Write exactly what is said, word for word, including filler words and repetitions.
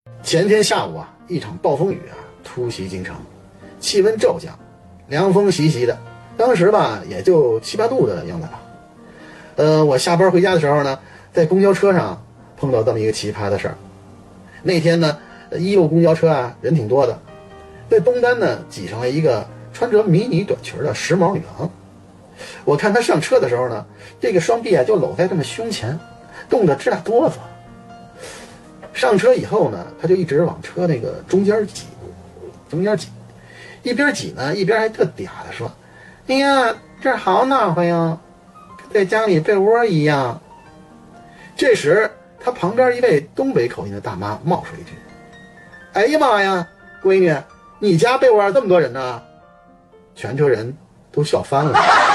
前天下午啊，一场暴风雨啊突袭京城，气温骤降，凉风习习的，当时吧也就七八度的样子吧。呃，我下班回家的时候呢，在公交车上碰到这么一个奇葩的事儿。那天呢，一路公交车啊人挺多的，在东单呢挤上了一个穿着迷你短裙的时髦女郎。我看她上车的时候呢，这个双臂啊就搂在这么胸前，冻得直打哆嗦。上车以后呢，她就一直往车那个中间挤，中间挤，一边挤呢，一边还特嗲的说：“哎呀，这儿好暖和呀，跟在家里被窝一样。”这时，她旁边一位东北口音的大妈冒出一句：“哎呀妈呀，闺女，你家被窝这么多人呢？”全车人都笑翻了。